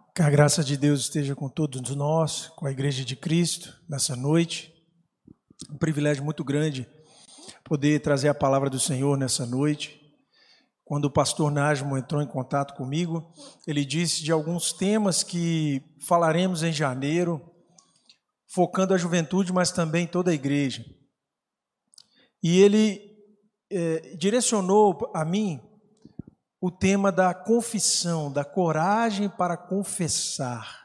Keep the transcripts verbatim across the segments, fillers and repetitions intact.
Que a graça de Deus esteja com todos nós, com a Igreja de Cristo, nessa noite. Um privilégio muito grande poder trazer a palavra do Senhor nessa noite. Quando o pastor Nájimo entrou em contato comigo, ele disse de alguns temas que falaremos em janeiro, focando a juventude, mas também toda a igreja. E ele é, direcionou a mim o tema da confissão, da coragem para confessar.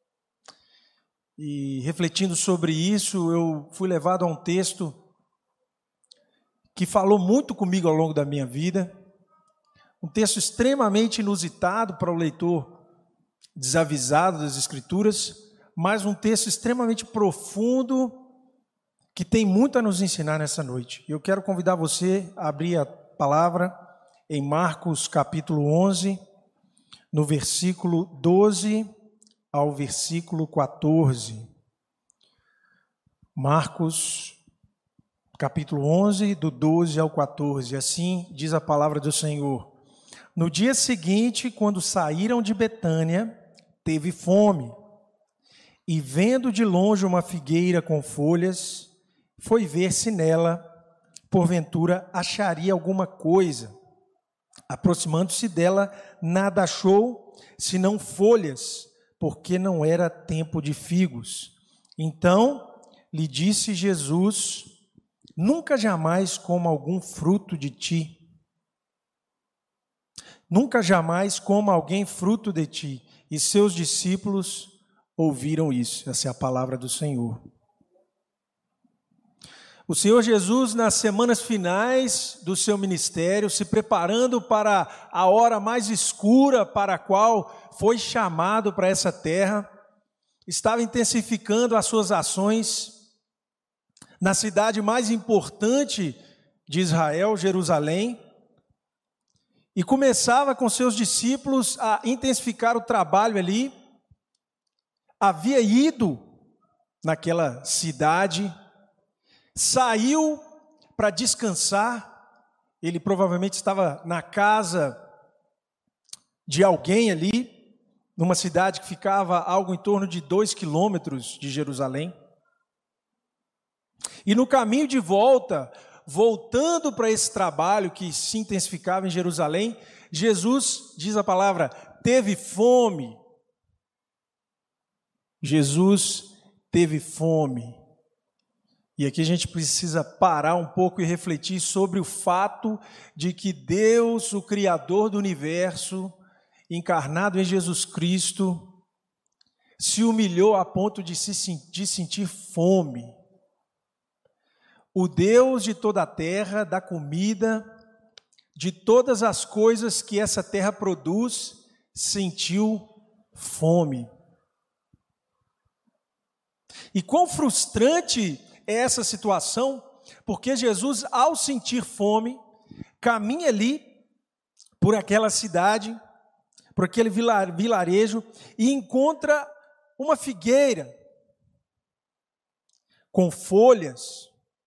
E refletindo sobre isso, eu fui levado a um texto que falou muito comigo ao longo da minha vida, um texto extremamente inusitado para o leitor desavisado das Escrituras, mas um texto extremamente profundo que tem muito a nos ensinar nessa noite. Eu quero convidar você a abrir a palavra em Marcos capítulo onze, no versículo doze ao versículo quatorze. Marcos capítulo onze, do doze ao quatorze. Assim diz a palavra do Senhor. No dia seguinte, quando saíram de Betânia, teve fome. E vendo de longe uma figueira com folhas, foi ver se nela, porventura, acharia alguma coisa. Aproximando-se dela, nada achou, senão folhas, porque não era tempo de figos. Então lhe disse Jesus: nunca jamais coma algum fruto de ti. Nunca jamais coma alguém fruto de ti. E seus discípulos ouviram isso. Essa é a palavra do Senhor. O Senhor Jesus, nas semanas finais do seu ministério, se preparando para a hora mais escura para a qual foi chamado para essa terra, estava intensificando as suas ações na cidade mais importante de Israel, Jerusalém, e começava com seus discípulos a intensificar o trabalho ali. Havia ido naquela cidade, saiu para descansar. Ele provavelmente estava na casa de alguém ali, numa cidade que ficava algo em torno de dois quilômetros de Jerusalém. E no caminho de volta, voltando para esse trabalho que se intensificava em Jerusalém, Jesus, diz a palavra, teve fome. Jesus teve fome. E aqui a gente precisa parar um pouco e refletir sobre o fato de que Deus, o Criador do universo, encarnado em Jesus Cristo, se humilhou a ponto de, se, de sentir fome. O Deus de toda a terra, da comida, de todas as coisas que essa terra produz, sentiu fome. E quão frustrante é essa situação, porque Jesus, ao sentir fome, caminha ali por aquela cidade, por aquele vilarejo, e encontra uma figueira com folhas.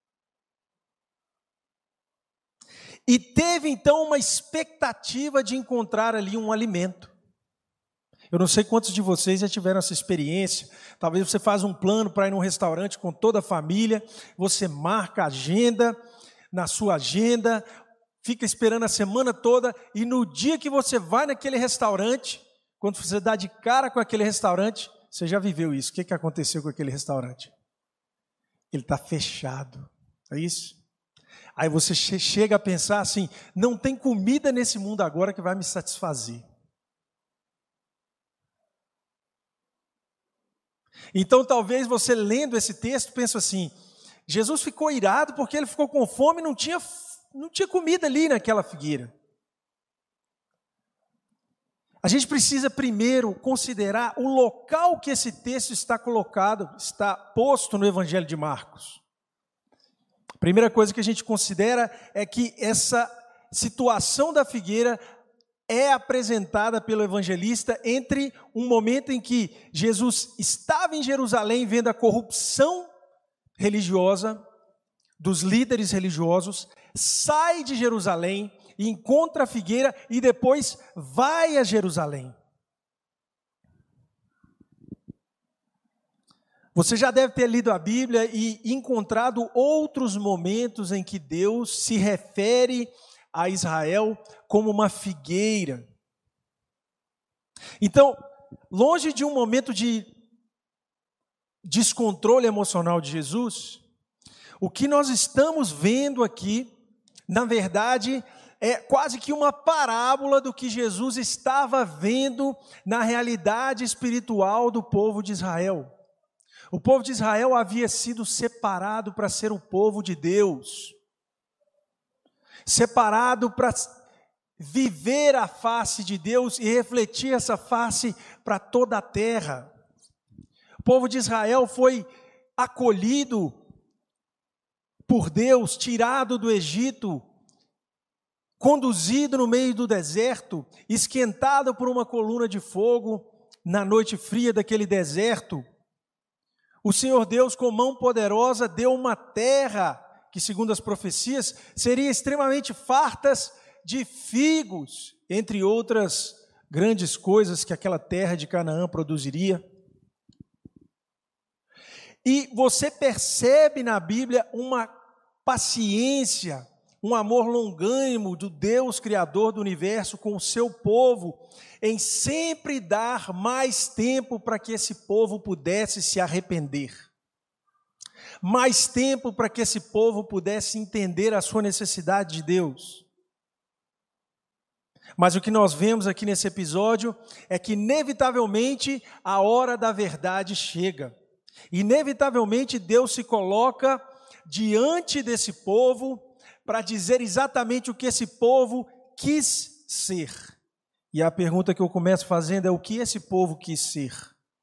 E teve então uma expectativa de encontrar ali um alimento. Eu não sei quantos de vocês já tiveram essa experiência. Talvez você faça um plano para ir num restaurante com toda a família, você marca a agenda, na sua agenda, fica esperando a semana toda, e no dia que você vai naquele restaurante, quando você dá de cara com aquele restaurante, você já viveu isso. O que, que aconteceu com aquele restaurante? Ele está fechado, é isso? Aí você chega a pensar assim, não tem comida nesse mundo agora que vai me satisfazer. Então talvez você lendo esse texto pense assim, Jesus ficou irado porque ele ficou com fome e não tinha, não tinha comida ali naquela figueira. A gente precisa primeiro considerar o local que esse texto está colocado, está posto no Evangelho de Marcos. A primeira coisa que a gente considera é que essa situação da figueira é apresentada pelo evangelista entre um momento em que Jesus estava em Jerusalém vendo a corrupção religiosa dos líderes religiosos, sai de Jerusalém, encontra a figueira e depois vai a Jerusalém. Você já deve ter lido a Bíblia e encontrado outros momentos em que Deus se refere a Israel como uma figueira. Então, longe de um momento de descontrole emocional de Jesus, o que nós estamos vendo aqui, na verdade, é quase que uma parábola do que Jesus estava vendo na realidade espiritual do povo de Israel. O povo de Israel havia sido separado para ser o povo de Deus, separado para viver a face de Deus e refletir essa face para toda a terra. O povo de Israel foi acolhido por Deus, tirado do Egito, conduzido no meio do deserto, esquentado por uma coluna de fogo na noite fria daquele deserto. O Senhor Deus, com mão poderosa, deu uma terra que, segundo as profecias, seria extremamente fartas de figos, entre outras grandes coisas que aquela terra de Canaã produziria. E você percebe na Bíblia uma paciência, um amor longânimo do Deus Criador do universo com o seu povo, em sempre dar mais tempo para que esse povo pudesse se arrepender, mais tempo para que esse povo pudesse entender a sua necessidade de Deus. Mas o que nós vemos aqui nesse episódio é que inevitavelmente a hora da verdade chega. Inevitavelmente Deus se coloca diante desse povo para dizer exatamente o que esse povo quis ser. E a pergunta que eu começo fazendo é: o que esse povo quis ser?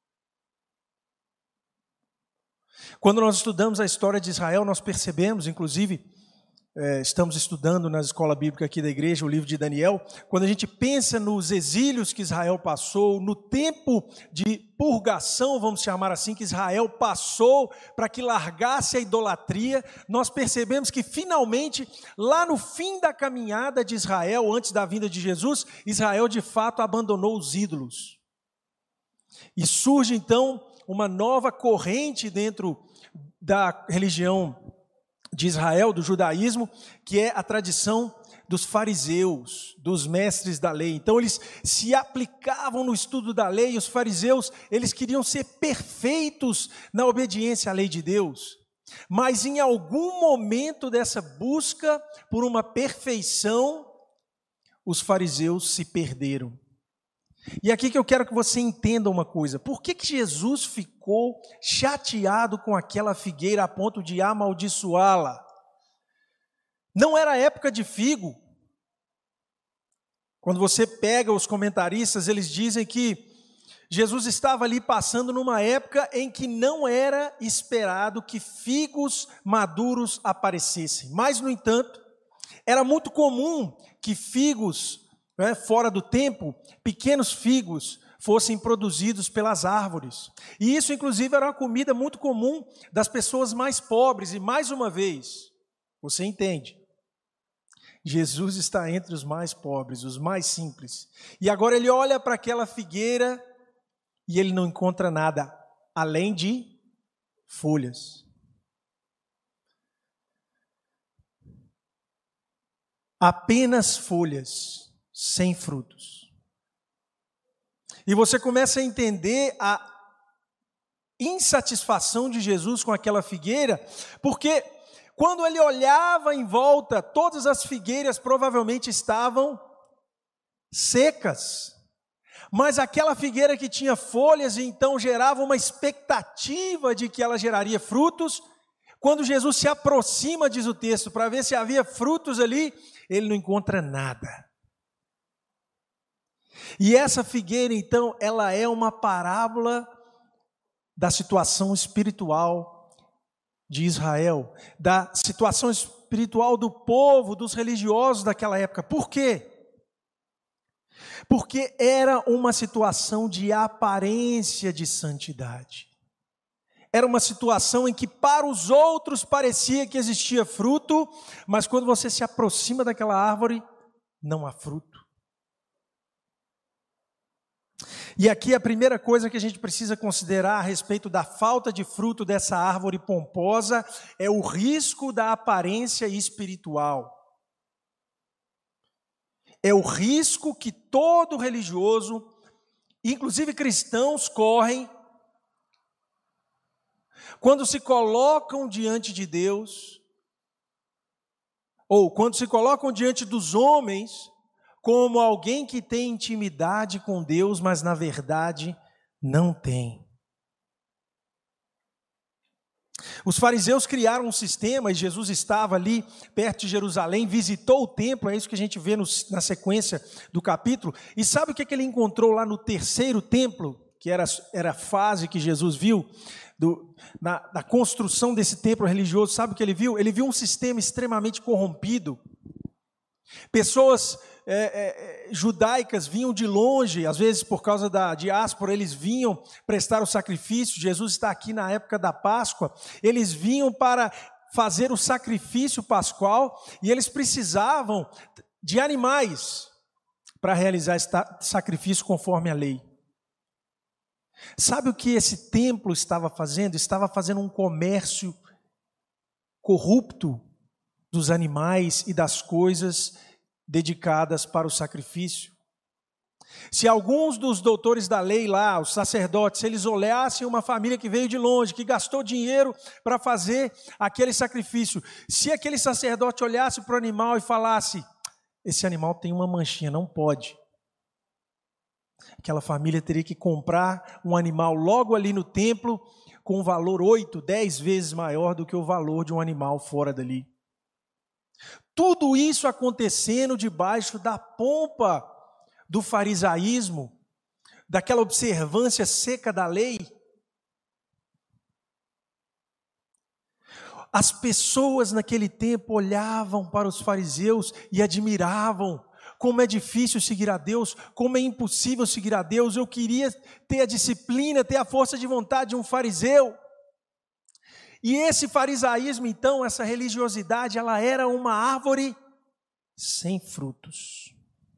Quando nós estudamos a história de Israel, nós percebemos, inclusive, é, estamos estudando na escola bíblica aqui da igreja, o livro de Daniel, quando a gente pensa nos exílios que Israel passou, no tempo de purgação, vamos chamar assim, que Israel passou para que largasse a idolatria, nós percebemos que finalmente, lá no fim da caminhada de Israel, antes da vinda de Jesus, Israel de fato abandonou os ídolos. E surge então uma nova corrente dentro da religião de Israel, do judaísmo, que é a tradição dos fariseus, dos mestres da lei. Então eles se aplicavam no estudo da lei, e os fariseus, eles queriam ser perfeitos na obediência à lei de Deus. Mas em algum momento dessa busca por uma perfeição, os fariseus se perderam. E aqui que eu quero que você entenda uma coisa: por que que Jesus ficou chateado com aquela figueira a ponto de amaldiçoá-la? Não era época de figo. Quando você pega os comentaristas, eles dizem que Jesus estava ali passando numa época em que não era esperado que figos maduros aparecessem. Mas, no entanto, era muito comum que figos, né, fora do tempo, pequenos figos fossem produzidos pelas árvores. E isso, inclusive, era uma comida muito comum das pessoas mais pobres. E, mais uma vez, você entende, Jesus está entre os mais pobres, os mais simples. E agora ele olha para aquela figueira e ele não encontra nada, além de folhas. Apenas folhas, sem frutos. E você começa a entender a insatisfação de Jesus com aquela figueira, porque quando ele olhava em volta, todas as figueiras provavelmente estavam secas. Mas aquela figueira que tinha folhas e então gerava uma expectativa de que ela geraria frutos, quando Jesus se aproxima, diz o texto, para ver se havia frutos ali, ele não encontra nada. E essa figueira, então, ela é uma parábola da situação espiritual de Israel, da situação espiritual do povo, dos religiosos daquela época. Por quê? Porque era uma situação de aparência de santidade. Era uma situação em que para os outros parecia que existia fruto, mas quando você se aproxima daquela árvore, não há fruto. E aqui a primeira coisa que a gente precisa considerar a respeito da falta de fruto dessa árvore pomposa é o risco da aparência espiritual. É o risco que todo religioso, inclusive cristãos, correm quando se colocam diante de Deus, ou quando se colocam diante dos homens, como alguém que tem intimidade com Deus, mas na verdade não tem. Os fariseus criaram um sistema, e Jesus estava ali perto de Jerusalém, visitou o templo, é isso que a gente vê no, na sequência do capítulo, e sabe o que, que ele encontrou lá no terceiro templo, que era, era a fase que Jesus viu, do, na, na construção desse templo religioso? Sabe o que ele viu? Ele viu um sistema extremamente corrompido. Pessoas é, é, judaicas vinham de longe, às vezes por causa da diáspora, eles vinham prestar o sacrifício. Jesus está aqui na época da Páscoa, eles vinham para fazer o sacrifício pascual, e eles precisavam de animais para realizar esse sacrifício conforme a lei. Sabe o que esse templo estava fazendo? Estava fazendo um comércio corrupto dos animais e das coisas dedicadas para o sacrifício. Se alguns dos doutores da lei lá, os sacerdotes, eles olhassem uma família que veio de longe, que gastou dinheiro para fazer aquele sacrifício, se aquele sacerdote olhasse para o animal e falasse: esse animal tem uma manchinha, não pode. Aquela família teria que comprar um animal logo ali no templo, com um valor oito, dez vezes maior do que o valor de um animal fora dali. Tudo isso acontecendo debaixo da pompa do farisaísmo, daquela observância seca da lei. As pessoas naquele tempo olhavam para os fariseus e admiravam. Como é difícil seguir a Deus, como é impossível seguir a Deus. Eu queria ter a disciplina, ter a força de vontade de um fariseu. E esse farisaísmo, então, essa religiosidade, ela era uma árvore sem frutos.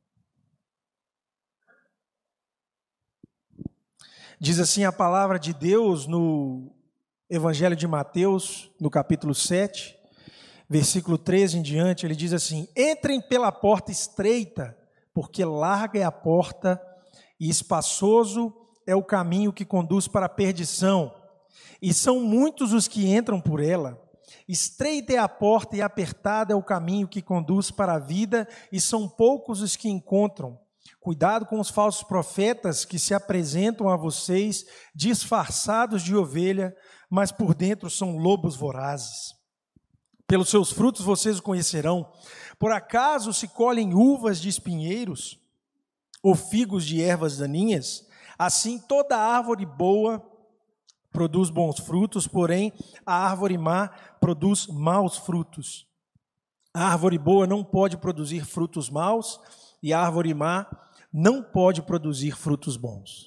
Diz assim a palavra de Deus no Evangelho de Mateus, no capítulo sete, versículo treze em diante, ele diz assim: entrem pela porta estreita, porque larga é a porta e espaçoso é o caminho que conduz para a perdição, e são muitos os que entram por ela. Estreita é a porta e apertado é o caminho que conduz para a vida, e são poucos os que encontram. Cuidado com os falsos profetas que se apresentam a vocês disfarçados de ovelha, mas por dentro são lobos vorazes. Pelos seus frutos vocês o conhecerão. Por acaso se colhem uvas de espinheiros ou figos de ervas daninhas? Assim toda árvore boa produz bons frutos, porém a árvore má produz maus frutos. A árvore boa não pode produzir frutos maus, e a árvore má não pode produzir frutos bons.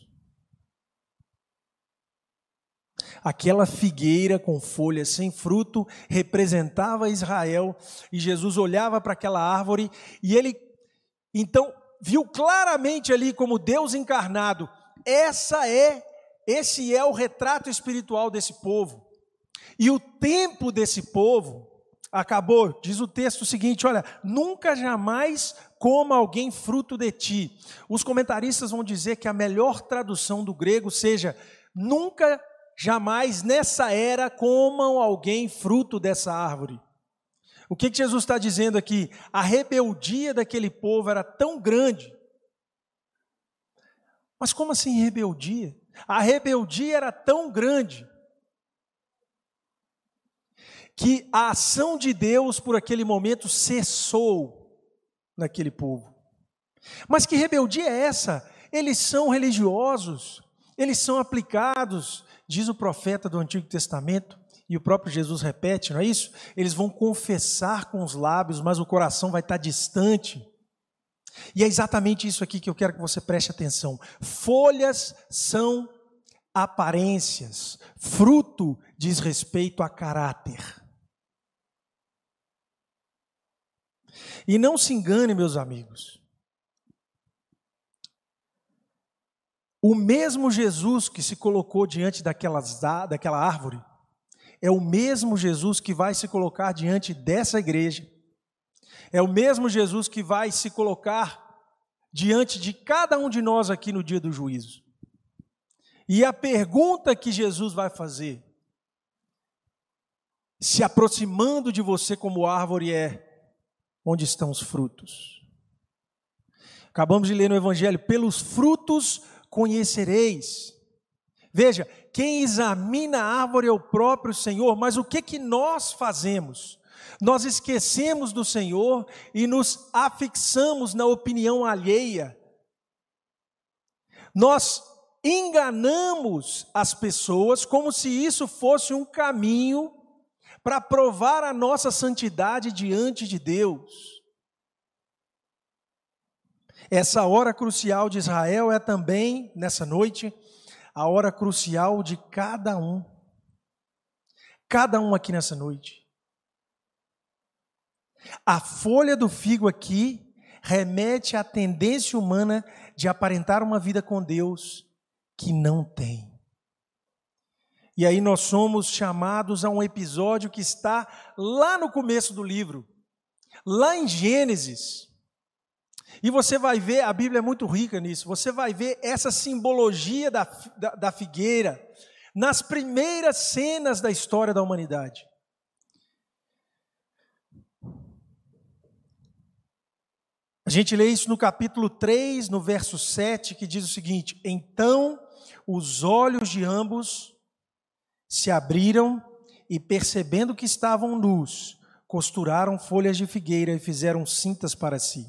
Aquela figueira com folhas sem fruto representava Israel, e Jesus olhava para aquela árvore e ele então viu claramente ali como Deus encarnado. Essa é, esse é o retrato espiritual desse povo. E o tempo desse povo acabou. Diz o texto o seguinte: olha, nunca jamais coma alguém fruto de ti. Os comentaristas vão dizer que a melhor tradução do grego seja: nunca jamais nessa era comam alguém fruto dessa árvore. O que que Jesus está dizendo aqui? A rebeldia daquele povo era tão grande. Mas como assim rebeldia? A rebeldia era tão grande que a ação de Deus por aquele momento cessou naquele povo. Mas que rebeldia é essa? Eles são religiosos, eles são aplicados, diz o profeta do Antigo Testamento, e o próprio Jesus repete, não é isso? Eles vão confessar com os lábios, mas o coração vai estar distante. E é exatamente isso aqui que eu quero que você preste atenção. Folhas são aparências, fruto diz respeito a caráter. E não se engane, meus amigos. O mesmo Jesus que se colocou diante daquelas, daquela árvore, é o mesmo Jesus que vai se colocar diante dessa igreja, é o mesmo Jesus que vai se colocar diante de cada um de nós aqui no dia do juízo. E a pergunta que Jesus vai fazer, se aproximando de você como árvore, é: onde estão os frutos? Acabamos de ler no Evangelho: pelos frutos conhecereis. Veja, quem examina a árvore é o próprio Senhor, mas o que que nós fazemos? Nós esquecemos do Senhor e nos afixamos na opinião alheia. Nós enganamos as pessoas como se isso fosse um caminho para provar a nossa santidade diante de Deus. Essa hora crucial de Israel é também, nessa noite, a hora crucial de cada um. Cada um aqui nessa noite. A folha do figo aqui remete à tendência humana de aparentar uma vida com Deus que não tem. E aí nós somos chamados a um episódio que está lá no começo do livro, lá em Gênesis. E você vai ver, a Bíblia é muito rica nisso, você vai ver essa simbologia da, da, da figueira nas primeiras cenas da história da humanidade. A gente lê isso no capítulo três, no verso sete, que diz o seguinte: então os olhos de ambos se abriram e, percebendo que estavam nus, costuraram folhas de figueira e fizeram cintas para si.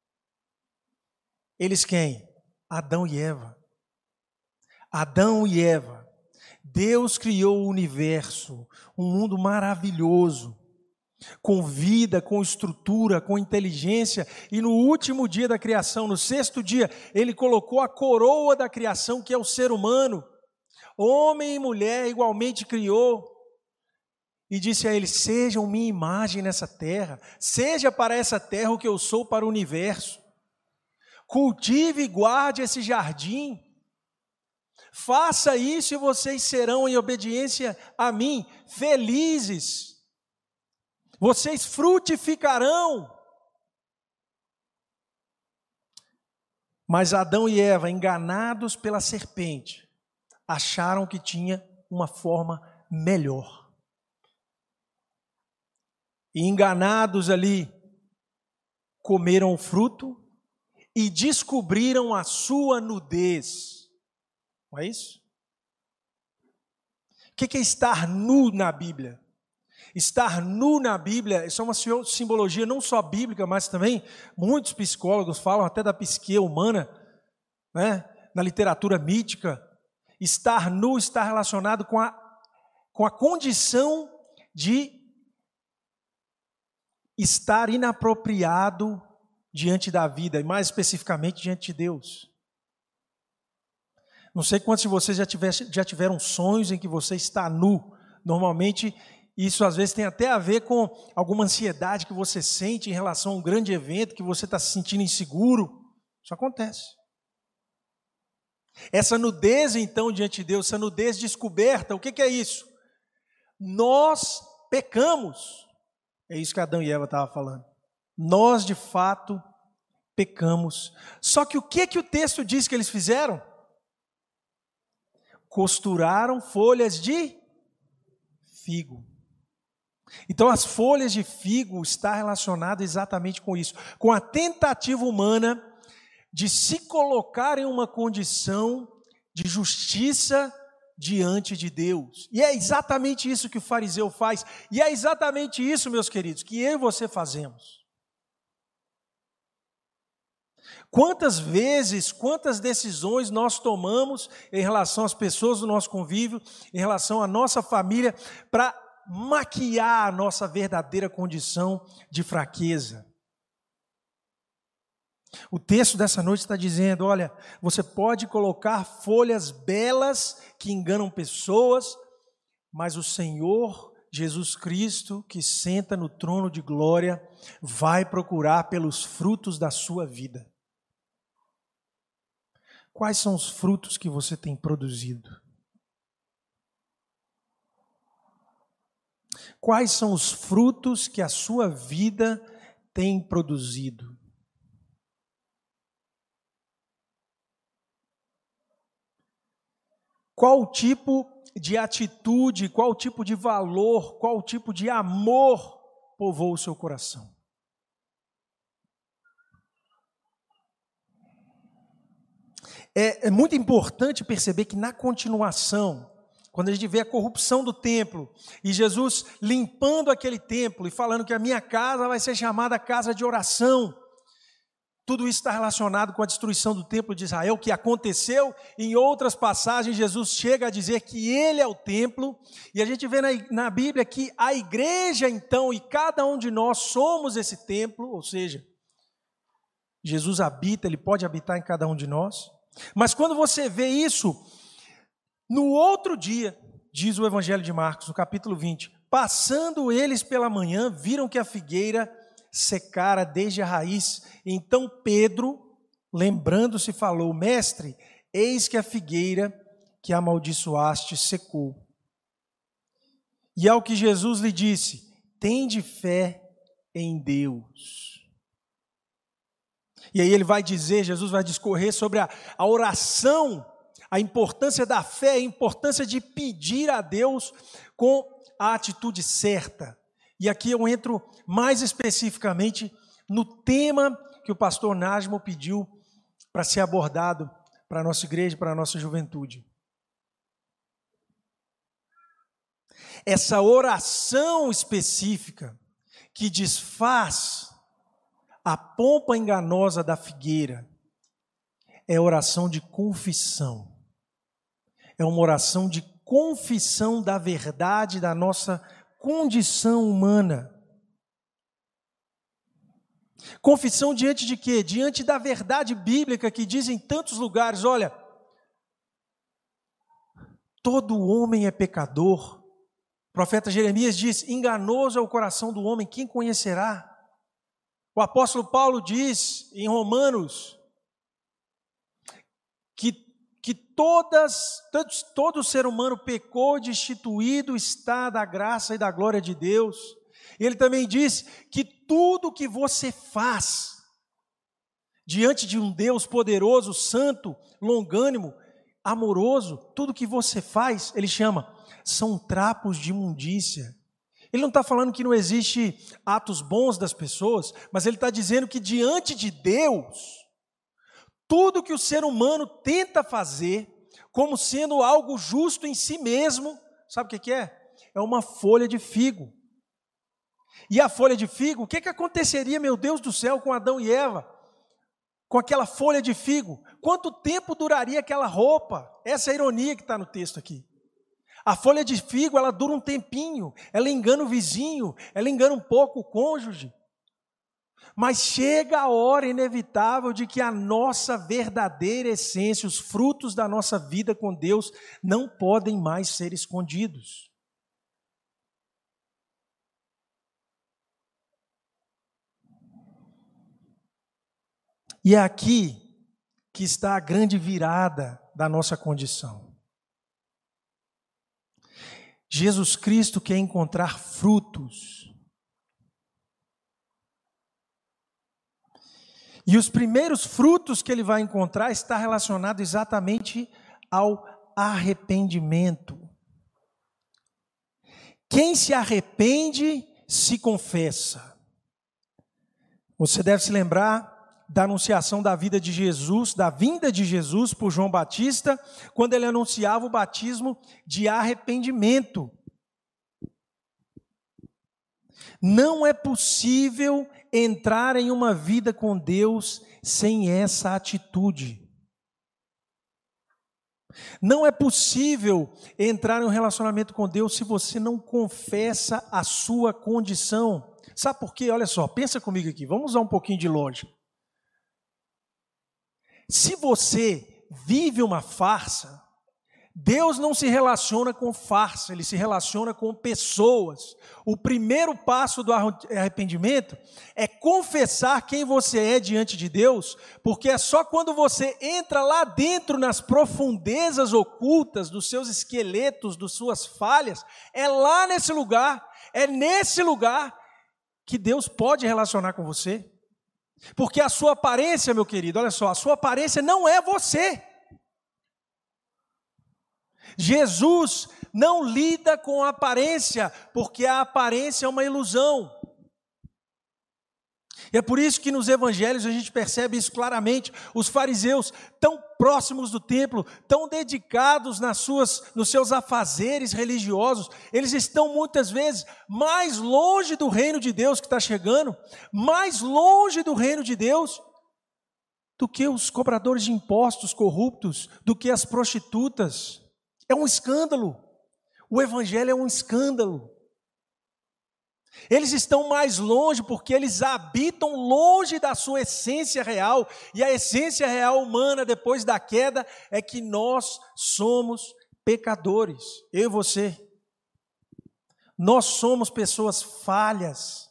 Eles quem? Adão e Eva. Adão e Eva. Deus criou o universo, um mundo maravilhoso, com vida, com estrutura, com inteligência, e no último dia da criação, no sexto dia, Ele colocou a coroa da criação, que é o ser humano, homem e mulher igualmente criou, e disse a eles: sejam minha imagem nessa terra, seja para essa terra o que eu sou para o universo, cultive e guarde esse jardim, faça isso e vocês serão em obediência a mim, felizes, vocês frutificarão. Mas Adão e Eva, enganados pela serpente, acharam que tinha uma forma melhor. E enganados ali, comeram o fruto e descobriram a sua nudez. Não é isso? O que é estar nu na Bíblia? Estar nu na Bíblia, isso é uma simbologia não só bíblica, mas também muitos psicólogos falam até da psique humana, né? Na literatura mítica. Estar nu está relacionado com a, com a condição de estar inapropriado diante da vida, e mais especificamente diante de Deus. Não sei quantos de vocês já, tiver, já tiveram sonhos em que você está nu. Normalmente, isso às vezes tem até a ver com alguma ansiedade que você sente em relação a um grande evento, que você está se sentindo inseguro. Isso acontece. Essa nudez, então, diante de Deus, essa nudez descoberta, o que, que é isso? Nós pecamos. É isso que Adão e Eva estavam falando. Nós, de fato, pecamos. Só que o que, que o texto diz que eles fizeram? Costuraram folhas de figo. Então, as folhas de figo estão relacionadas exatamente com isso, com a tentativa humana de se colocar em uma condição de justiça diante de Deus. E é exatamente isso que o fariseu faz, e é exatamente isso, meus queridos, que eu e você fazemos. Quantas vezes, quantas decisões nós tomamos em relação às pessoas do nosso convívio, em relação à nossa família, para maquiar a nossa verdadeira condição de fraqueza. O texto dessa noite está dizendo: olha, você pode colocar folhas belas que enganam pessoas, mas o Senhor Jesus Cristo, que senta no trono de glória, vai procurar pelos frutos da sua vida. Quais são os frutos que você tem produzido? Quais são os frutos que a sua vida tem produzido? Qual tipo de atitude, qual tipo de valor, qual tipo de amor povoa o seu coração? É, é muito importante perceber que na continuação, quando a gente vê a corrupção do templo, e Jesus limpando aquele templo e falando que a minha casa vai ser chamada casa de oração, tudo isso está relacionado com a destruição do templo de Israel, que aconteceu. Em outras passagens, Jesus chega a dizer que Ele é o templo, e a gente vê na, na Bíblia que a igreja então, e cada um de nós somos esse templo, ou seja, Jesus habita, Ele pode habitar em cada um de nós. Mas quando você vê isso, no outro dia, diz o Evangelho de Marcos, no capítulo vinte, passando eles pela manhã, viram que a figueira secara desde a raiz. Então Pedro, lembrando-se, falou: Mestre, eis que a figueira que amaldiçoaste secou. E ao que Jesus lhe disse: tende fé em Deus. E aí ele vai dizer, Jesus vai discorrer sobre a, a oração, a importância da fé, a importância de pedir a Deus com a atitude certa. E aqui eu entro mais especificamente no tema que o pastor Nasmo pediu para ser abordado para a nossa igreja, para a nossa juventude. Essa oração específica que desfaz a pompa enganosa da figueira é oração de confissão. É uma oração de confissão da verdade da nossa condição humana. Confissão diante de quê? Diante da verdade bíblica que diz em tantos lugares, olha, todo homem é pecador. O profeta Jeremias diz: enganoso é o coração do homem, quem conhecerá? O apóstolo Paulo diz em Romanos que, que todas, todos, todo ser humano pecou, destituído está da graça e da glória de Deus. Ele também diz que tudo que você faz diante de um Deus poderoso, santo, longânimo, amoroso, tudo que você faz, ele chama, são trapos de imundícia. Ele não está falando que não existe atos bons das pessoas, mas ele está dizendo que diante de Deus, tudo que o ser humano tenta fazer, como sendo algo justo em si mesmo, sabe o que, que é? É uma folha de figo. E a folha de figo, o que, que aconteceria, meu Deus do céu, com Adão e Eva? Com aquela folha de figo? Quanto tempo duraria aquela roupa? Essa é a ironia que está no texto aqui. A folha de figo, ela dura um tempinho, ela engana o vizinho, ela engana um pouco o cônjuge. Mas chega a hora inevitável de que a nossa verdadeira essência, os frutos da nossa vida com Deus, não podem mais ser escondidos. E é aqui que está a grande virada da nossa condição. Jesus Cristo quer encontrar frutos. E os primeiros frutos que ele vai encontrar está relacionado exatamente ao arrependimento. Quem se arrepende, se confessa. Você deve se lembrar da anunciação da vida de Jesus, da vinda de Jesus por João Batista, quando ele anunciava o batismo de arrependimento. Não é possível entrar em uma vida com Deus sem essa atitude. Não é possível entrar em um relacionamento com Deus se você não confessa a sua condição. Sabe por quê? Olha só, pensa comigo aqui, vamos usar um pouquinho de lógica. Se você vive uma farsa, Deus não se relaciona com farsa, Ele se relaciona com pessoas. O primeiro passo do arrependimento é confessar quem você é diante de Deus, porque é só quando você entra lá dentro, nas profundezas ocultas dos seus esqueletos, das suas falhas, é lá nesse lugar, é nesse lugar que Deus pode relacionar com você. Porque a sua aparência, meu querido, olha só, a sua aparência não é você. Jesus não lida com a aparência, porque a aparência é uma ilusão. E é por isso que nos evangelhos a gente percebe isso claramente. Os fariseus, tão próximos do templo, tão dedicados nas suas, nos seus afazeres religiosos, eles estão muitas vezes mais longe do reino de Deus que está chegando, mais longe do reino de Deus, do que os cobradores de impostos corruptos, do que as prostitutas. É um escândalo. O evangelho é um escândalo. Eles estão mais longe porque eles habitam longe da sua essência real. E a essência real humana depois da queda é que nós somos pecadores. Eu e você. Nós somos pessoas falhas.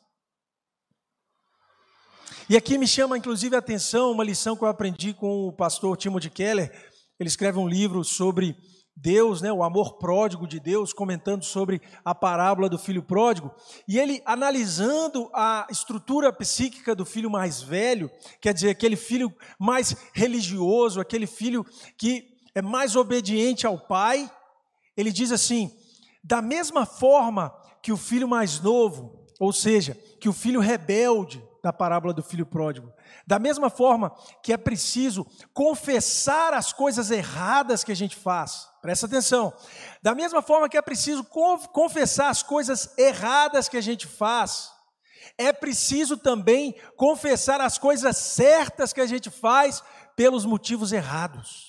E aqui me chama inclusive a atenção uma lição que eu aprendi com o pastor Timothy Keller. Ele escreve um livro sobre Deus, né, o amor pródigo de Deus, comentando sobre a parábola do filho pródigo, e ele analisando a estrutura psíquica do filho mais velho, quer dizer, aquele filho mais religioso, aquele filho que é mais obediente ao pai, ele diz assim: da mesma forma que o filho mais novo, ou seja, que o filho rebelde da parábola do filho pródigo, da mesma forma que é preciso confessar as coisas erradas que a gente faz, presta atenção, da mesma forma que é preciso confessar as coisas erradas que a gente faz, é preciso também confessar as coisas certas que a gente faz pelos motivos errados.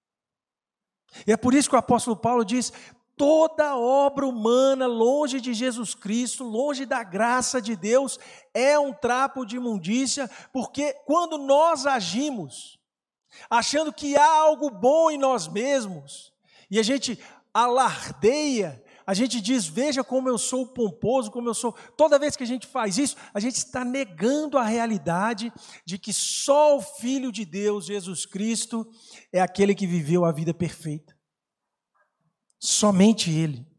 E é por isso que o apóstolo Paulo diz: toda obra humana longe de Jesus Cristo, longe da graça de Deus, é um trapo de imundícia, porque quando nós agimos, achando que há algo bom em nós mesmos, e a gente alardeia, a gente diz: veja como eu sou pomposo, como eu sou. Toda vez que a gente faz isso, a gente está negando a realidade de que só o Filho de Deus, Jesus Cristo, é aquele que viveu a vida perfeita. Somente Ele.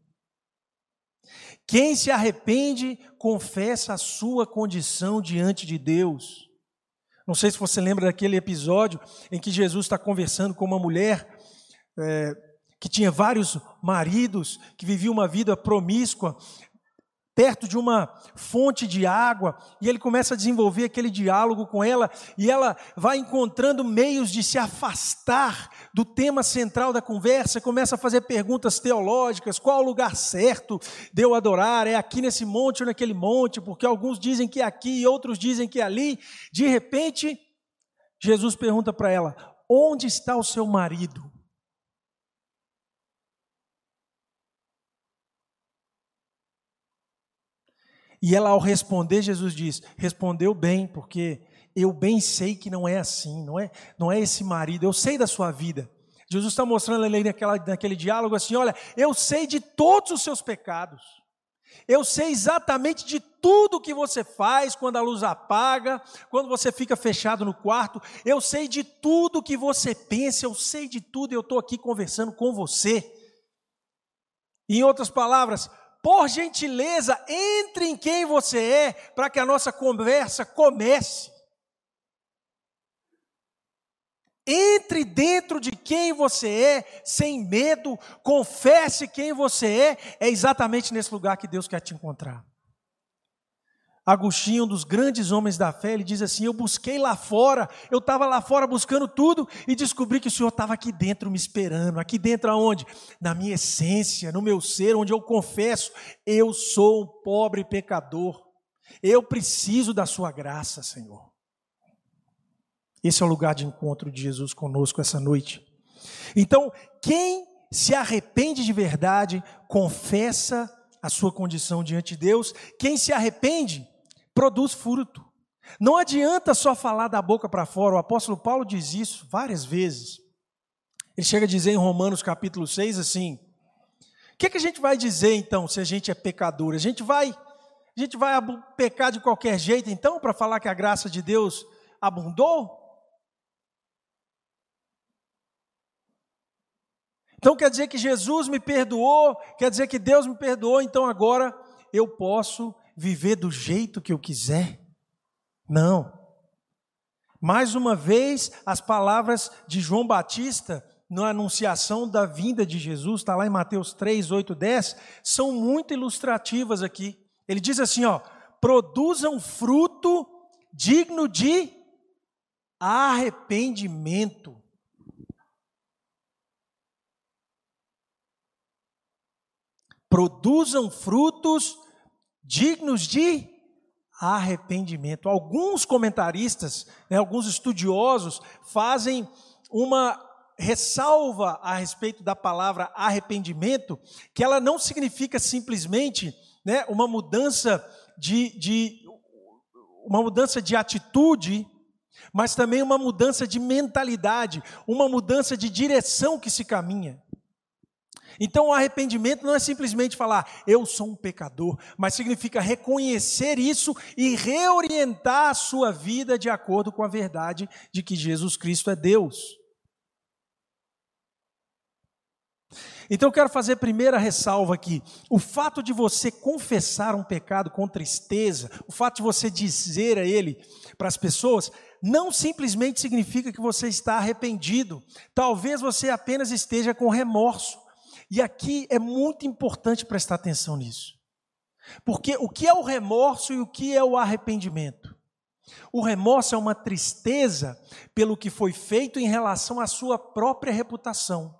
Quem se arrepende, confessa a sua condição diante de Deus. Não sei se você lembra daquele episódio em que Jesus está conversando com uma mulher é, que tinha vários maridos, que vivia uma vida promíscua, perto de uma fonte de água, e ele começa a desenvolver aquele diálogo com ela, e ela vai encontrando meios de se afastar do tema central da conversa, começa a fazer perguntas teológicas: qual o lugar certo de eu adorar? É aqui nesse monte ou naquele monte? Porque alguns dizem que é aqui e outros dizem que é ali. De repente, Jesus pergunta para ela: onde está o seu marido? E ela, ao responder, Jesus diz: respondeu bem, porque eu bem sei que não é assim, não é, não é esse marido, eu sei da sua vida. Jesus está mostrando ali naquela, naquele diálogo assim: olha, eu sei de todos os seus pecados, eu sei exatamente de tudo que você faz quando a luz apaga, quando você fica fechado no quarto, eu sei de tudo que você pensa, eu sei de tudo, e eu estou aqui conversando com você. Em outras palavras, por gentileza, entre em quem você é, para que a nossa conversa comece. Entre dentro de quem você é, sem medo, confesse quem você é. É exatamente nesse lugar que Deus quer te encontrar. Agostinho, um dos grandes homens da fé, ele diz assim: eu busquei lá fora, eu estava lá fora buscando tudo e descobri que o Senhor estava aqui dentro me esperando. Aqui dentro aonde? Na minha essência, no meu ser, onde eu confesso: eu sou um pobre pecador, eu preciso da sua graça, Senhor. Esse é o lugar de encontro de Jesus conosco essa noite. Então, quem se arrepende de verdade, confessa a sua condição diante de Deus. Quem se arrepende, produz fruto. Não adianta só falar da boca para fora. O apóstolo Paulo diz isso várias vezes. Ele chega a dizer em Romanos capítulo seis assim: o que, é que a gente vai dizer então se a gente é pecador? A gente vai, a gente vai pecar de qualquer jeito então para falar que a graça de Deus abundou? Então quer dizer que Jesus me perdoou, quer dizer que Deus me perdoou, então agora eu posso viver do jeito que eu quiser? Não. Mais uma vez, as palavras de João Batista na anunciação da vinda de Jesus, está lá em Mateus três, oito, dez, são muito ilustrativas aqui. Ele diz assim, ó: produzam fruto digno de arrependimento. Produzam frutos dignos de arrependimento. Alguns comentaristas, né, alguns estudiosos fazem uma ressalva a respeito da palavra arrependimento, que ela não significa simplesmente, né, uma mudança de, de uma mudança de atitude, mas também uma mudança de mentalidade, uma mudança de direção que se caminha. Então o arrependimento não é simplesmente falar, eu sou um pecador, mas significa reconhecer isso e reorientar a sua vida de acordo com a verdade de que Jesus Cristo é Deus. Então eu quero fazer a primeira ressalva aqui. O fato de você confessar um pecado com tristeza, o fato de você dizer a ele para as pessoas, não simplesmente significa que você está arrependido. Talvez você apenas esteja com remorso. E aqui é muito importante prestar atenção nisso. Porque o que é o remorso e o que é o arrependimento? O remorso é uma tristeza pelo que foi feito em relação à sua própria reputação.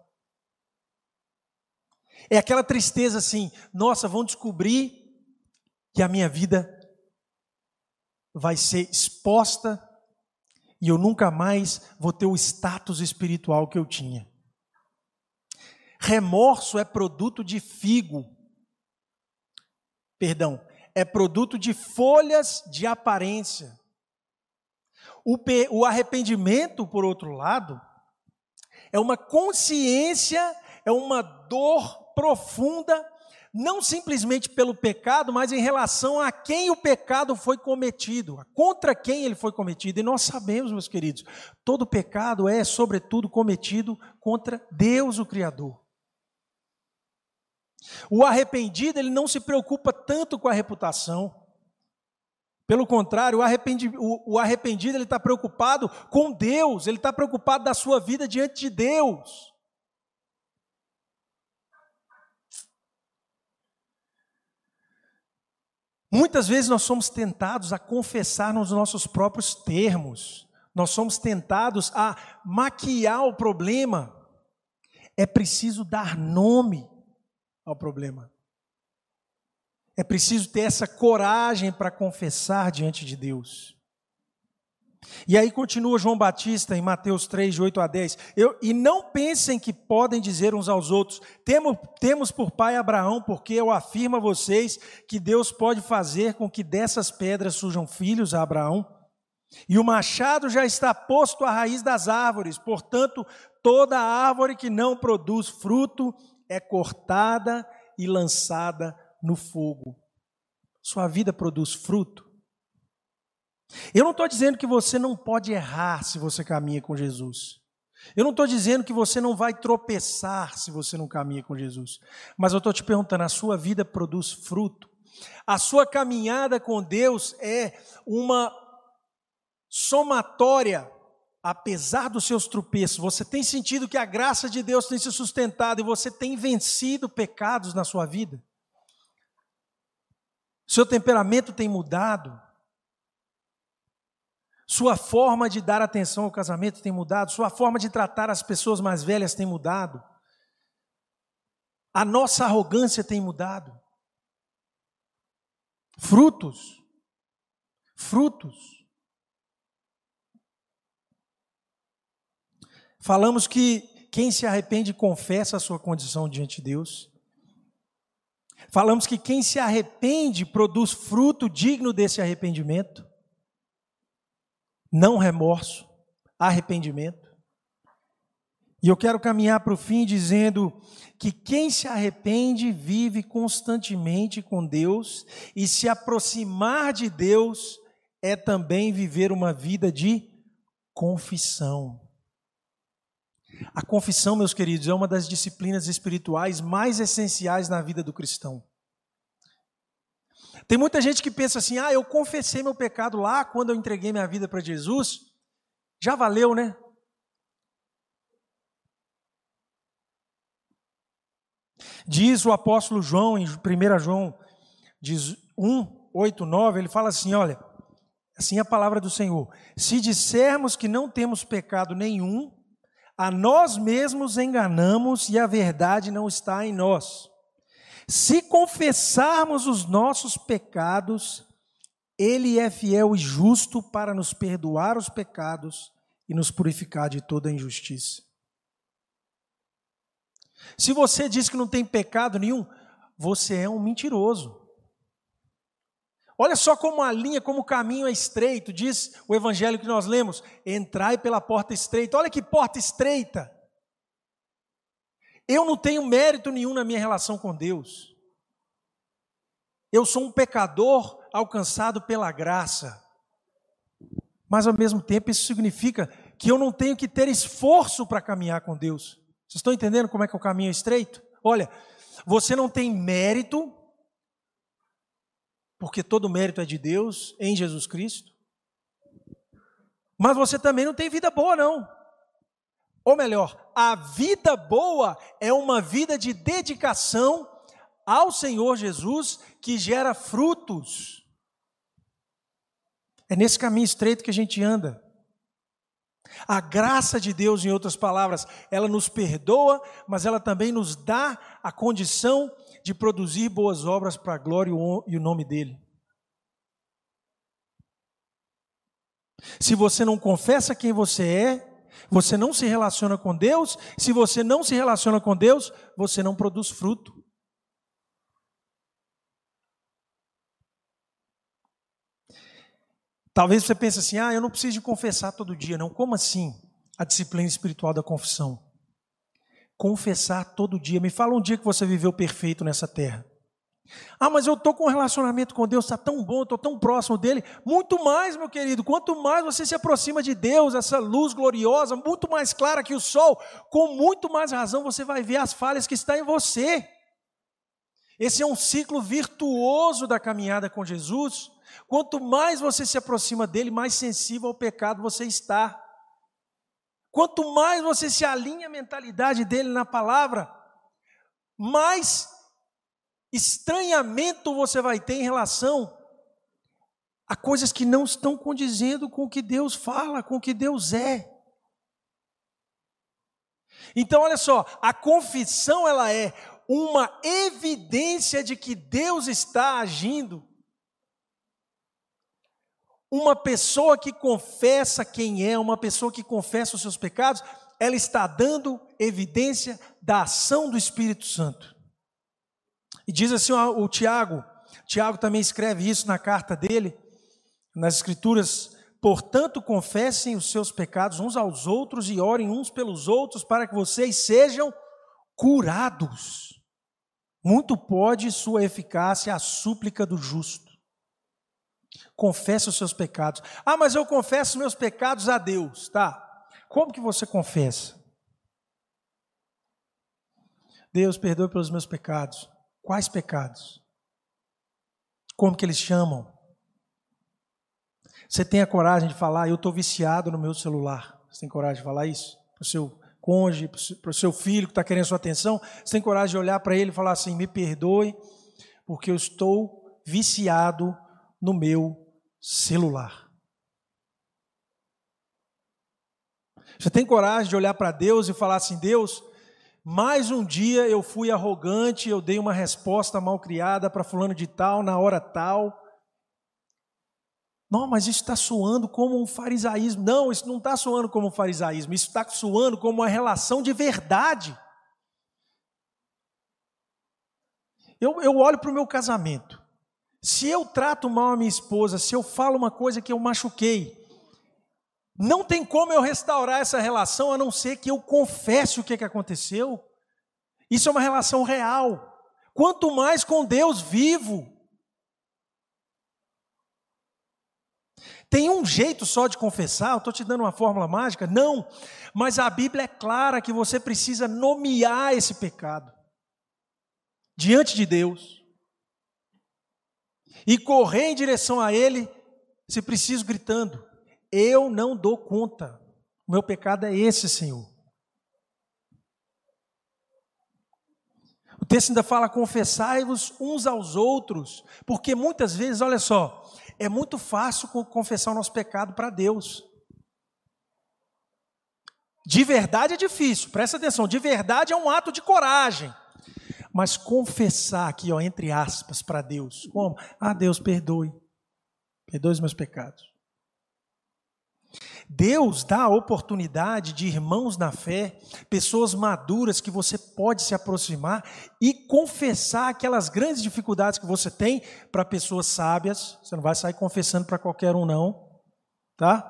É aquela tristeza assim, nossa, vão descobrir que a minha vida vai ser exposta e eu nunca mais vou ter o status espiritual que eu tinha. Remorso é produto de figo, perdão, é produto de folhas de aparência. O, pe, o arrependimento, por outro lado, é uma consciência, é uma dor profunda, não simplesmente pelo pecado, mas em relação a quem o pecado foi cometido, contra quem ele foi cometido. E nós sabemos, meus queridos, todo pecado é, sobretudo, cometido contra Deus, o Criador. O arrependido, ele não se preocupa tanto com a reputação. Pelo contrário, o arrependido, o, o arrependido ele está preocupado com Deus, ele está preocupado da sua vida diante de Deus. Muitas vezes nós somos tentados a confessar nos nossos próprios termos, nós somos tentados a maquiar o problema. É preciso dar nome ao problema. É preciso ter essa coragem para confessar diante de Deus. E aí continua João Batista em Mateus três, de oito a dez. Eu, e não pensem que podem dizer uns aos outros, temos, temos por pai Abraão, porque eu afirmo a vocês que Deus pode fazer com que dessas pedras surjam filhos a Abraão. E o machado já está posto à raiz das árvores, portanto, toda árvore que não produz fruto é cortada e lançada no fogo. Sua vida produz fruto? Eu não estou dizendo que você não pode errar se você caminha com Jesus. Eu não estou dizendo que você não vai tropeçar se você não caminha com Jesus. Mas eu estou te perguntando, a sua vida produz fruto? A sua caminhada com Deus é uma somatória, apesar dos seus tropeços. Você tem sentido que a graça de Deus tem se sustentado e você tem vencido pecados na sua vida? Seu temperamento tem mudado? Sua forma de dar atenção ao casamento tem mudado? Sua forma de tratar as pessoas mais velhas tem mudado? A nossa arrogância tem mudado? Frutos. Frutos. Falamos que quem se arrepende confessa a sua condição diante de Deus. Falamos que quem se arrepende produz fruto digno desse arrependimento. Não remorso, arrependimento. E eu quero caminhar para o fim dizendo que quem se arrepende vive constantemente com Deus, e se aproximar de Deus é também viver uma vida de confissão. A confissão, meus queridos, é uma das disciplinas espirituais mais essenciais na vida do cristão. Tem muita gente que pensa assim: ah, eu confessei meu pecado lá quando eu entreguei minha vida para Jesus, já valeu, né? Diz o apóstolo João, em primeira João um, oito, nove, ele fala assim, olha, assim é a palavra do Senhor: se dissermos que não temos pecado nenhum, a nós mesmos enganamos e a verdade não está em nós. Se confessarmos os nossos pecados, Ele é fiel e justo para nos perdoar os pecados e nos purificar de toda injustiça. Se você diz que não tem pecado nenhum, você é um mentiroso. Olha só como a linha, como o caminho é estreito, diz o evangelho que nós lemos: entrai pela porta estreita. Olha que porta estreita. Eu não tenho mérito nenhum na minha relação com Deus. Eu sou um pecador alcançado pela graça. Mas ao mesmo tempo isso significa que eu não tenho que ter esforço para caminhar com Deus. Vocês estão entendendo como é que o caminho é estreito? Olha, você não tem mérito, porque todo mérito é de Deus em Jesus Cristo. Mas você também não tem vida boa, não. Ou melhor, a vida boa é uma vida de dedicação ao Senhor Jesus que gera frutos. É nesse caminho estreito que a gente anda. A graça de Deus, em outras palavras, ela nos perdoa, mas ela também nos dá a condição de produzir boas obras para a glória e o nome dEle. Se você não confessa quem você é, você não se relaciona com Deus. Se você não se relaciona com Deus, você não produz fruto. Talvez você pense assim: ah, eu não preciso de confessar todo dia. Não, como assim? A disciplina espiritual da confissão. Confessar todo dia. Me fala um dia que você viveu perfeito nessa terra. Ah, mas eu estou com um relacionamento com Deus, está tão bom, estou tão próximo dEle. Muito mais, meu querido, quanto mais você se aproxima de Deus, essa luz gloriosa, muito mais clara que o sol, com muito mais razão você vai ver as falhas que estão em você. Esse é um ciclo virtuoso da caminhada com Jesus. Quanto mais você se aproxima dEle, mais sensível ao pecado você está. Quanto mais você se alinha à mentalidade dEle na palavra, mais estranhamento você vai ter em relação a coisas que não estão condizendo com o que Deus fala, com o que Deus é. Então, olha só, a confissão ela é uma evidência de que Deus está agindo. Uma pessoa que confessa quem é, uma pessoa que confessa os seus pecados, ela está dando evidência da ação do Espírito Santo. E diz assim o Tiago, Tiago também escreve isso na carta dele, nas Escrituras: portanto, confessem os seus pecados uns aos outros e orem uns pelos outros para que vocês sejam curados. Muito pode sua eficácia a súplica do justo. Confesse os seus pecados. Ah, mas eu confesso meus pecados a Deus, tá? Como que você confessa? Deus, perdoe pelos meus pecados. Quais pecados? Como que eles chamam? Você tem a coragem de falar: eu estou viciado no meu celular? Você tem coragem de falar isso? Para o seu cônjuge, para o seu filho que está querendo sua atenção? Você tem coragem de olhar para ele e falar assim: me perdoe, porque eu estou viciado no meu celular? Você tem coragem de olhar para Deus e falar assim: Deus, mais um dia eu fui arrogante, eu dei uma resposta mal criada para fulano de tal, na hora tal. Não, mas isso está soando como um farisaísmo. Não, isso não está soando como um farisaísmo, isso está soando como uma relação de verdade. Eu, eu olho para o meu casamento. Se eu trato mal a minha esposa, se eu falo uma coisa que eu machuquei, Não tem como eu restaurar essa relação a não ser que eu confesse o que, que aconteceu. Isso é uma relação real. Quanto mais com Deus vivo. Tem um jeito só de confessar? Eu estou te dando uma fórmula mágica? Não. Mas a Bíblia é clara que você precisa nomear esse pecado diante de Deus. E correr em direção a Ele, se preciso, gritando: eu não dou conta. O meu pecado é esse, Senhor. O texto ainda fala: confessai-vos uns aos outros, porque muitas vezes, olha só, é muito fácil confessar o nosso pecado para Deus. De verdade é difícil, presta atenção, de verdade é um ato de coragem. Mas confessar aqui, ó, entre aspas, para Deus, como? Ah, Deus, perdoe, perdoe os meus pecados. Deus dá a oportunidade de irmãos na fé, pessoas maduras que você pode se aproximar e confessar aquelas grandes dificuldades que você tem para pessoas sábias. Você não vai sair confessando para qualquer um não, tá?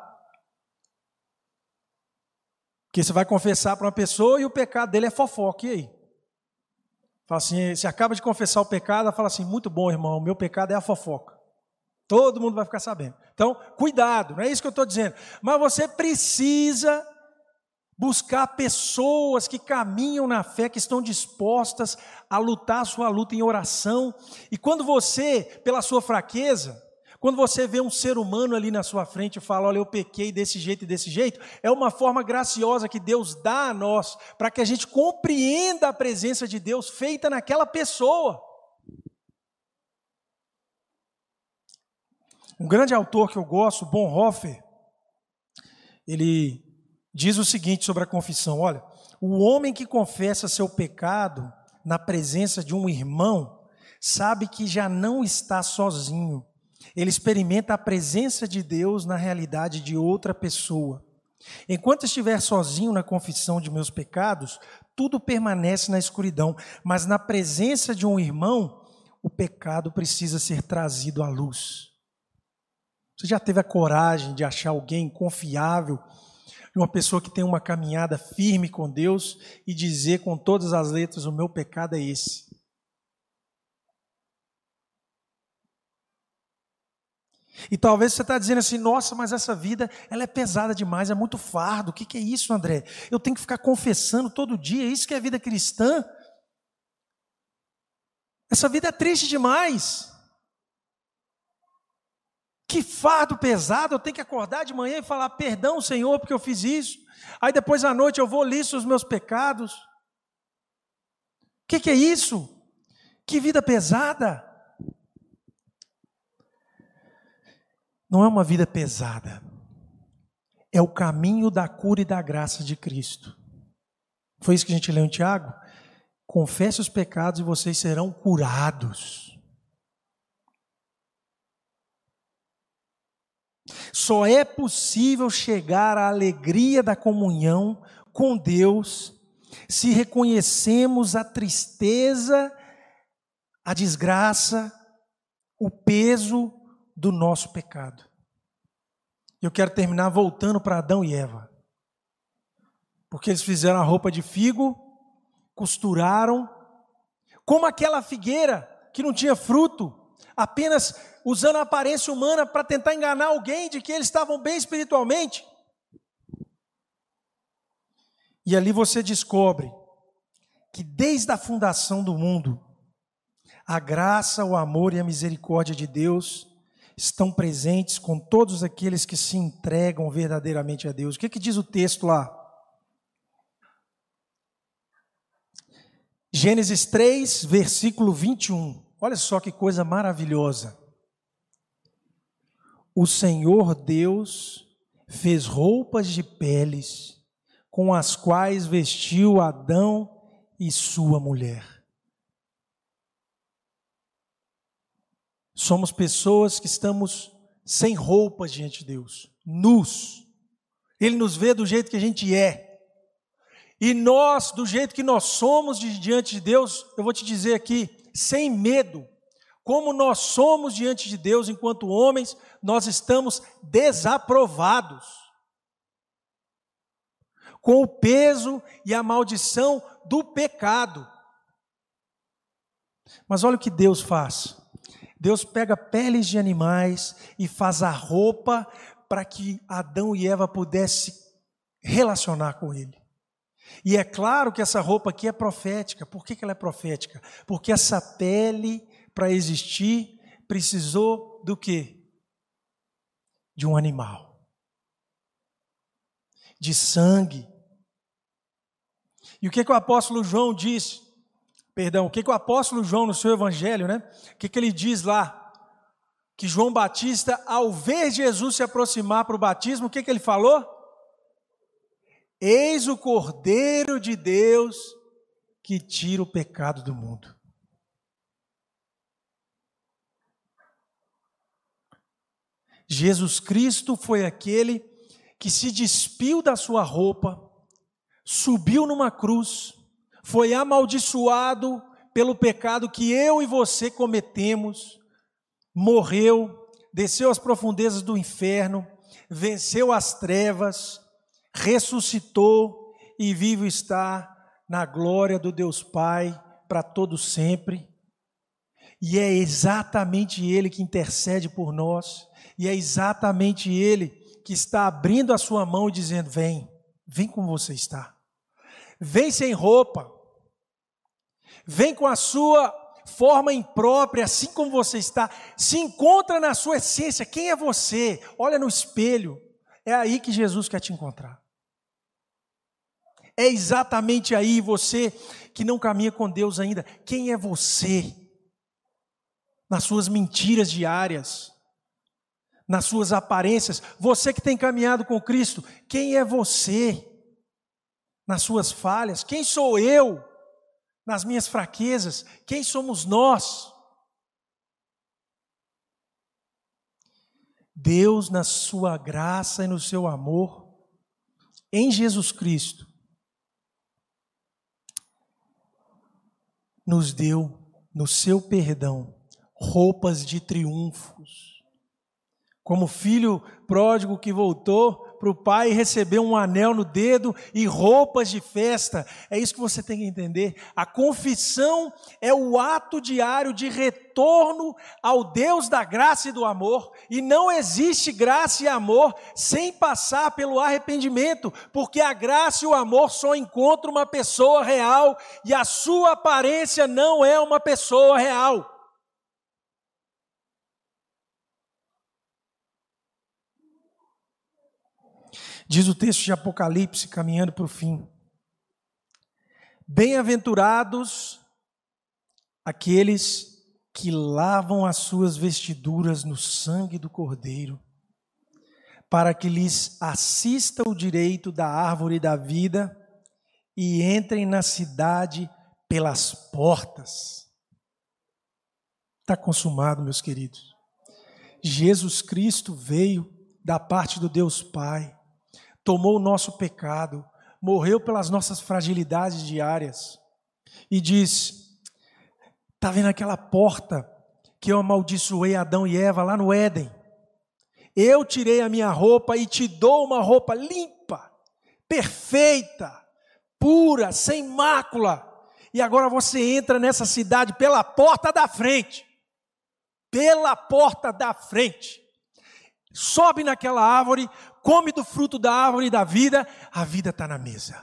Porque você vai confessar para uma pessoa e o pecado dele é fofoca, e aí? Fala assim, você acaba de confessar o pecado, ela fala assim: muito bom, irmão, o meu pecado é a fofoca. Todo mundo vai ficar sabendo. Então, cuidado, não é isso que eu estou dizendo. Mas você precisa buscar pessoas que caminham na fé, que estão dispostas a lutar a sua luta em oração. E quando você, pela sua fraqueza, quando você vê um ser humano ali na sua frente e fala: olha, eu pequei desse jeito e desse jeito, é uma forma graciosa que Deus dá a nós, para que a gente compreenda a presença de Deus feita naquela pessoa. Um grande autor que eu gosto, Bonhoeffer, ele diz o seguinte sobre a confissão: olha, o homem que confessa seu pecado na presença de um irmão, sabe que já não está sozinho. Ele experimenta a presença de Deus na realidade de outra pessoa. Enquanto estiver sozinho na confissão de meus pecados, tudo permanece na escuridão, mas na presença de um irmão, o pecado precisa ser trazido à luz. Você já teve a coragem de achar alguém confiável, uma pessoa que tem uma caminhada firme com Deus e dizer com todas as letras: o meu pecado é esse? E talvez você está dizendo assim: nossa, mas essa vida ela é pesada demais, é muito fardo. O que, que é isso, André? Eu tenho que ficar confessando todo dia, isso que é a vida cristã? Essa vida é triste demais. Que fardo pesado, eu tenho que acordar de manhã e falar: perdão, Senhor, porque eu fiz isso. Aí depois à noite eu vou listo os meus pecados. O que, que é isso? Que vida pesada. Não é uma vida pesada. É o caminho da cura e da graça de Cristo. Foi isso que a gente leu em Tiago? Confesse os pecados e vocês serão curados. Só é possível chegar à alegria da comunhão com Deus se reconhecemos a tristeza, a desgraça, o peso do nosso pecado. Eu quero terminar voltando para Adão e Eva. Porque eles fizeram a roupa de figo, costuraram, como aquela figueira que não tinha fruto, apenas usando a aparência humana para tentar enganar alguém de que eles estavam bem espiritualmente. E ali você descobre que desde a fundação do mundo, a graça, o amor e a misericórdia de Deus estão presentes com todos aqueles que se entregam verdadeiramente a Deus. O que, que diz o texto lá? Gênesis três, versículo vinte e um. Olha só que coisa maravilhosa. O Senhor Deus fez roupas de peles, com as quais vestiu Adão e sua mulher. Somos pessoas que estamos sem roupas diante de Deus, nus. Ele nos vê do jeito que a gente é. E nós, do jeito que nós somos diante de Deus, eu vou te dizer aqui, sem medo, como nós somos diante de Deus enquanto homens, nós estamos desaprovados. com o peso e a maldição do pecado. Mas olha o que Deus faz. Deus pega peles de animais e faz a roupa para que Adão e Eva pudessem relacionar com Ele. E é claro que essa roupa aqui é profética. Por que que ela é profética? Porque essa pele, para existir, precisou do quê? De um animal. De sangue. E o que que o apóstolo João diz? Perdão, o que que o apóstolo João no seu evangelho, né? O que que ele diz lá? Que João Batista, ao ver Jesus se aproximar para o batismo, o que que ele falou? Eis o Cordeiro de Deus que tira o pecado do mundo. Jesus Cristo foi aquele que se despiu da sua roupa, subiu numa cruz, foi amaldiçoado pelo pecado que eu e você cometemos, morreu, desceu às profundezas do inferno, venceu as trevas, ressuscitou e vivo está na glória do Deus Pai para todo sempre. E é exatamente Ele que intercede por nós, e é exatamente Ele que está abrindo a sua mão e dizendo: vem, vem como você está, vem sem roupa, vem com a sua forma imprópria, assim como você está, se encontra na sua essência. Quem é você? Olha no espelho, é aí que Jesus quer te encontrar. É exatamente aí, você que não caminha com Deus ainda, quem é você? Nas suas mentiras diárias, nas suas aparências. Você que tem caminhado com Cristo, quem é você? Nas suas falhas, quem sou eu? Nas minhas fraquezas, quem somos nós? Deus, na sua graça e no seu amor, em Jesus Cristo, nos deu, no seu perdão, roupas de triunfos. Como filho pródigo que voltou para o pai e recebeu um anel no dedo e roupas de festa. É isso que você tem que entender. A confissão é o ato diário de retorno ao Deus da graça e do amor. E não existe graça e amor sem passar pelo arrependimento, porque a graça e o amor só encontram uma pessoa real e a sua aparência não é uma pessoa real. Diz o texto de Apocalipse, caminhando para o fim: bem-aventurados aqueles que lavam as suas vestiduras no sangue do Cordeiro, para que lhes assista o direito da árvore da vida e entrem na cidade pelas portas. Está consumado, meus queridos. Jesus Cristo veio da parte do Deus Pai, tomou o nosso pecado, morreu pelas nossas fragilidades diárias e diz: está vendo aquela porta que eu amaldiçoei Adão e Eva lá no Éden? Eu tirei a minha roupa e te dou uma roupa limpa, perfeita, pura, sem mácula, e agora você entra nessa cidade pela porta da frente, pela porta da frente, sobe naquela árvore, come do fruto da árvore da vida, a vida está na mesa.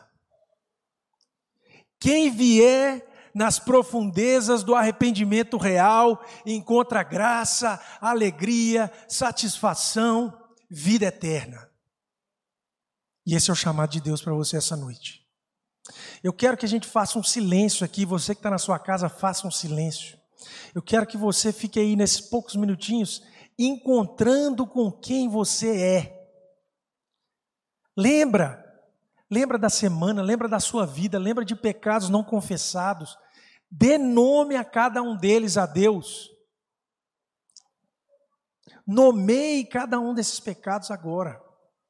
Quem vier nas profundezas do arrependimento real, encontra graça, alegria, satisfação, vida eterna. E esse é o chamado de Deus para você essa noite. Eu quero que a gente faça um silêncio aqui, você que está na sua casa, faça um silêncio. Eu quero que você fique aí nesses poucos minutinhos, encontrando com quem você é. Lembra, lembra da semana, lembra da sua vida, lembra de pecados não confessados. Dê nome a cada um deles a Deus. Nomeie cada um desses pecados agora.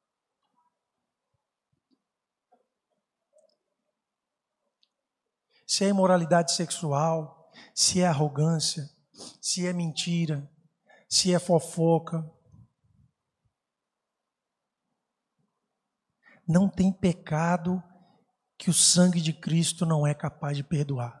Se é imoralidade sexual, se é arrogância, se é mentira, se é fofoca. Não tem pecado que o sangue de Cristo não é capaz de perdoar.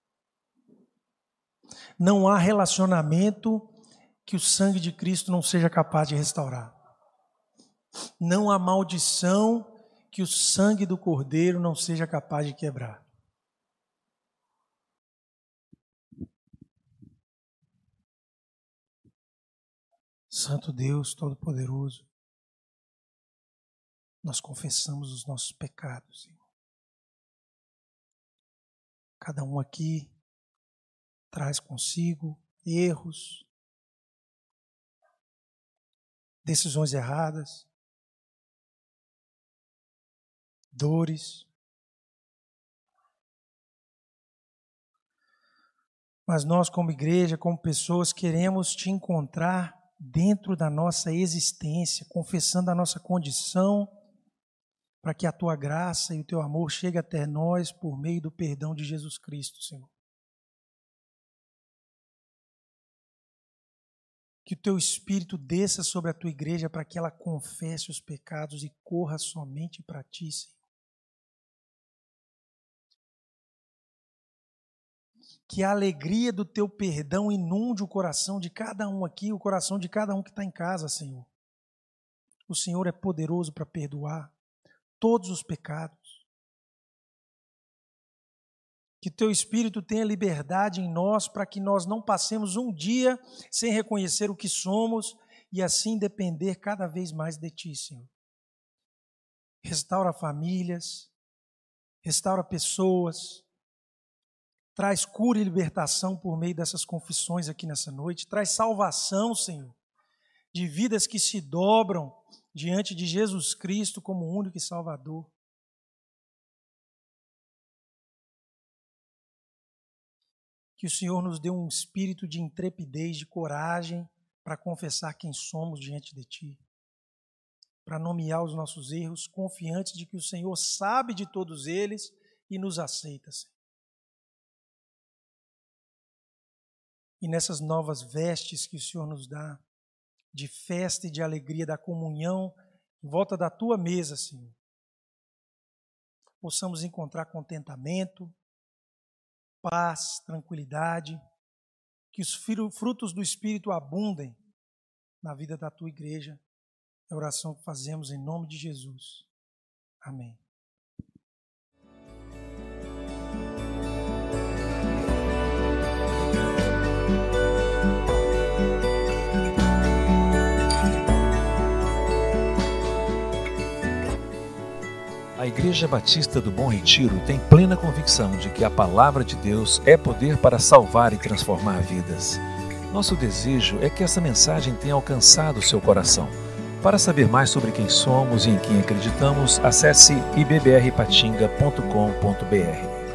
Não há relacionamento que o sangue de Cristo não seja capaz de restaurar. Não há maldição que o sangue do Cordeiro não seja capaz de quebrar. Santo Deus Todo-Poderoso, nós confessamos os nossos pecados, Senhor. Cada um aqui traz consigo erros, decisões erradas, dores. Mas nós, como igreja, como pessoas, queremos te encontrar dentro da nossa existência, confessando a nossa condição, para que a tua graça e o teu amor chegue até nós por meio do perdão de Jesus Cristo, Senhor. Que o teu Espírito desça sobre a tua igreja para que ela confesse os pecados e corra somente para ti, Senhor. Que a alegria do teu perdão inunde o coração de cada um aqui, o coração de cada um que está em casa, Senhor. O Senhor é poderoso para perdoar todos os pecados. Que teu Espírito tenha liberdade em nós para que nós não passemos um dia sem reconhecer o que somos e assim depender cada vez mais de ti, Senhor. Restaura famílias, restaura pessoas, traz cura e libertação por meio dessas confissões aqui nessa noite, traz salvação, Senhor, de vidas que se dobram diante de Jesus Cristo como único e Salvador. Que o Senhor nos dê um espírito de intrepidez, de coragem para confessar quem somos diante de Ti, para nomear os nossos erros, confiantes de que o Senhor sabe de todos eles e nos aceita, Senhor. E nessas novas vestes que o Senhor nos dá, de festa e de alegria, da comunhão, em volta da Tua mesa, Senhor, possamos encontrar contentamento, paz, tranquilidade, que os frutos do Espírito abundem na vida da Tua igreja. É a oração que fazemos em nome de Jesus. Amém. A Igreja Batista do Bom Retiro tem plena convicção de que a Palavra de Deus é poder para salvar e transformar vidas. Nosso desejo é que essa mensagem tenha alcançado o seu coração. Para saber mais sobre quem somos e em quem acreditamos, acesse i b b r patinga ponto com ponto b r.